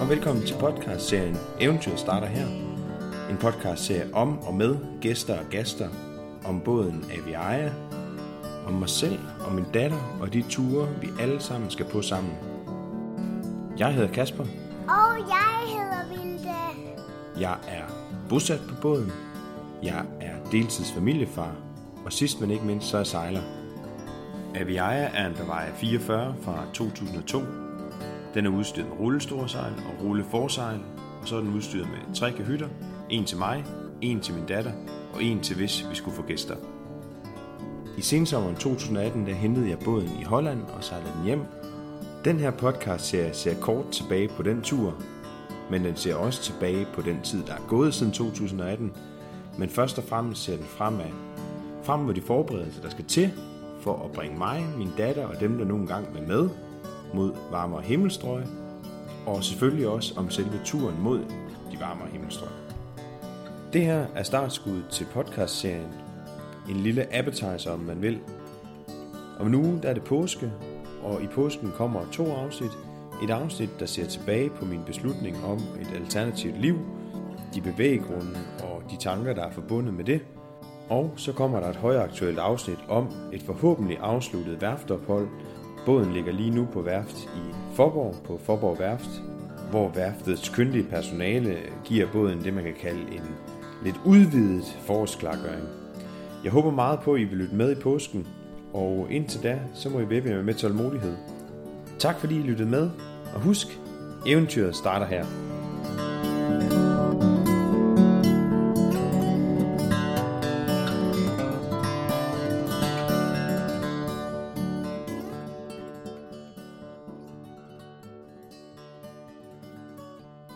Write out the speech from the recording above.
velkommen til podcastserien Eventyret starter her. En podcastserie om og med gæster og gaster, om båden Aviaja, om mig selv og min datter og de ture, vi alle sammen skal på sammen. Jeg hedder Kasper. Og jeg hedder Vilde. Jeg er bosat på båden. Jeg er deltidsfamiliefar. Og sidst men ikke mindst, så er jeg sejler. Aviaja er en Bavaria 44 fra 2002. Den er udstyret med rullestorsejl og rulleforsejl, og så er den udstyret med 3 kahytter. En til mig, en til min datter og en til hvis vi skulle få gæster. I sensommeren 2018 der hentede jeg båden i Holland og sejlede den hjem. Den her podcastserie ser kort tilbage på den tur, men den ser også tilbage på den tid, der er gået siden 2018. Men først og fremmest ser den frem mod de forberedelser, der skal til for at bringe mig, min datter og dem, der nogle gange er med, mod varmere himmelstrøg, og selvfølgelig også om selve turen mod de varmere himmelstrøg. Det her er startskuddet til podcastserien. En lille appetizer, om man vil. Om en uge der er det påske, og i påsken kommer 2 afsnit. Et afsnit, der ser tilbage på min beslutning om et alternativt liv, de bevæggrunde og de tanker, der er forbundet med det. Og så kommer der et højaktuelt afsnit om et forhåbentlig afsluttet værftophold. Båden ligger lige nu på værft i Faaborg, på Faaborg Værft, hvor værftets kyndige personale giver båden det, man kan kalde en lidt udvidet forårsklargøring. Jeg håber meget på, at I vil lytte med i påsken, og indtil da, så må I væbne jer med tålmodighed. Tak fordi I lyttede med, og husk, eventyret starter her.